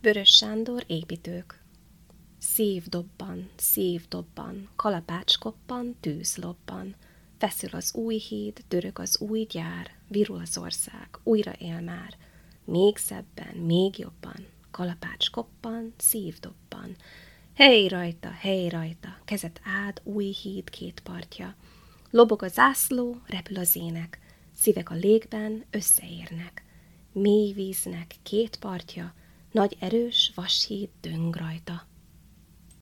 Vörös Sándor, építők. Szív dobban, kalapács koppan, tűz lobban. Feszül az új híd, dörög az új gyár, virul az ország, újra él már. Még szebben, még jobban, kalapács koppan, szív dobban. Hely rajta, kezet áld új híd két partja. Lobog a zászló, repül az ének, szívek a légben összeérnek. Mély víznek két partja, nagy erős vashíd döng rajta.